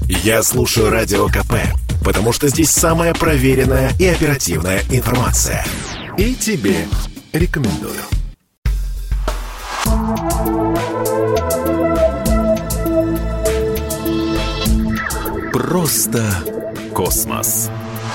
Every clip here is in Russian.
Я слушаю Радио КП, потому что здесь самая проверенная и оперативная информация. И тебе рекомендую. Просто космос.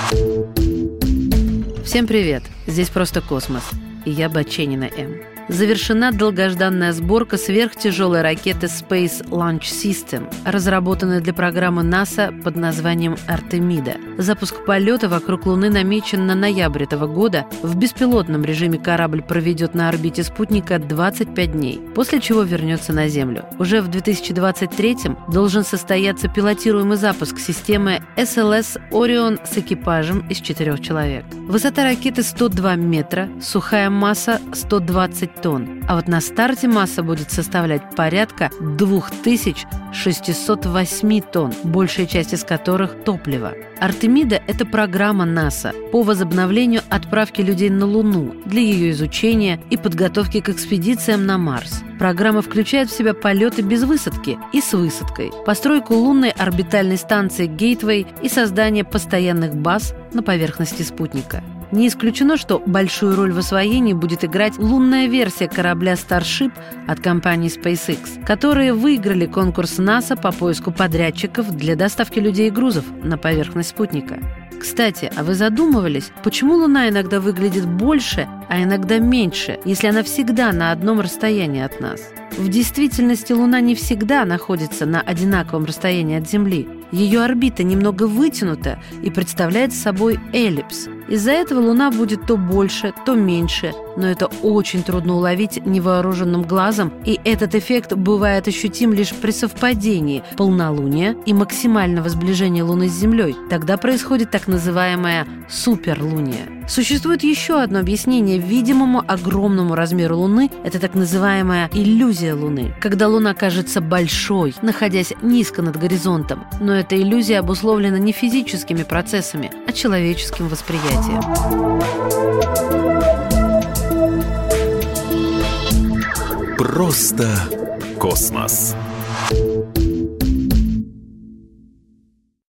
Всем привет! Здесь «Просто космос». И я Баченина М. Завершена долгожданная сборка сверхтяжелой ракеты Space Launch System, разработанной для программы НАСА под названием «Артемида». Запуск полета вокруг Луны намечен на ноябрь этого года. В беспилотном режиме корабль проведет на орбите спутника 25 дней, после чего вернется на Землю. Уже в 2023-м должен состояться пилотируемый запуск системы SLS Orion с экипажем из 4 человек. Высота ракеты 102 метра, сухая масса 120 тонн, а вот на старте масса будет составлять порядка 2608 тонн, большая часть из которых – топливо. Артемида – это программа НАСА по возобновлению отправки людей на Луну для ее изучения и подготовки к экспедициям на Марс. Программа включает в себя полеты без высадки и с высадкой, постройку лунной орбитальной станции Гейтвей и создание постоянных баз на поверхности спутника. Не исключено, что большую роль в освоении будет играть лунная версия корабля Starship от компании SpaceX, которые выиграли конкурс НАСА по поиску подрядчиков для доставки людей и грузов на поверхность спутника. Кстати, а вы задумывались, почему Луна иногда выглядит больше, а иногда меньше, если она всегда на одном расстоянии от нас? В действительности Луна не всегда находится на одинаковом расстоянии от Земли. Ее орбита немного вытянута и представляет собой эллипс. Из-за этого Луна будет то больше, то меньше, но это очень трудно уловить невооруженным глазом, и этот эффект бывает ощутим лишь при совпадении полнолуния и максимального сближения Луны с Землей. Тогда происходит так называемое суперлуние. Существует еще одно объяснение видимому огромному размеру Луны – это так называемая иллюзия Луны, когда Луна кажется большой, находясь низко над горизонтом, но эта иллюзия обусловлена не физическими процессами, а человеческим восприятием. Просто космос.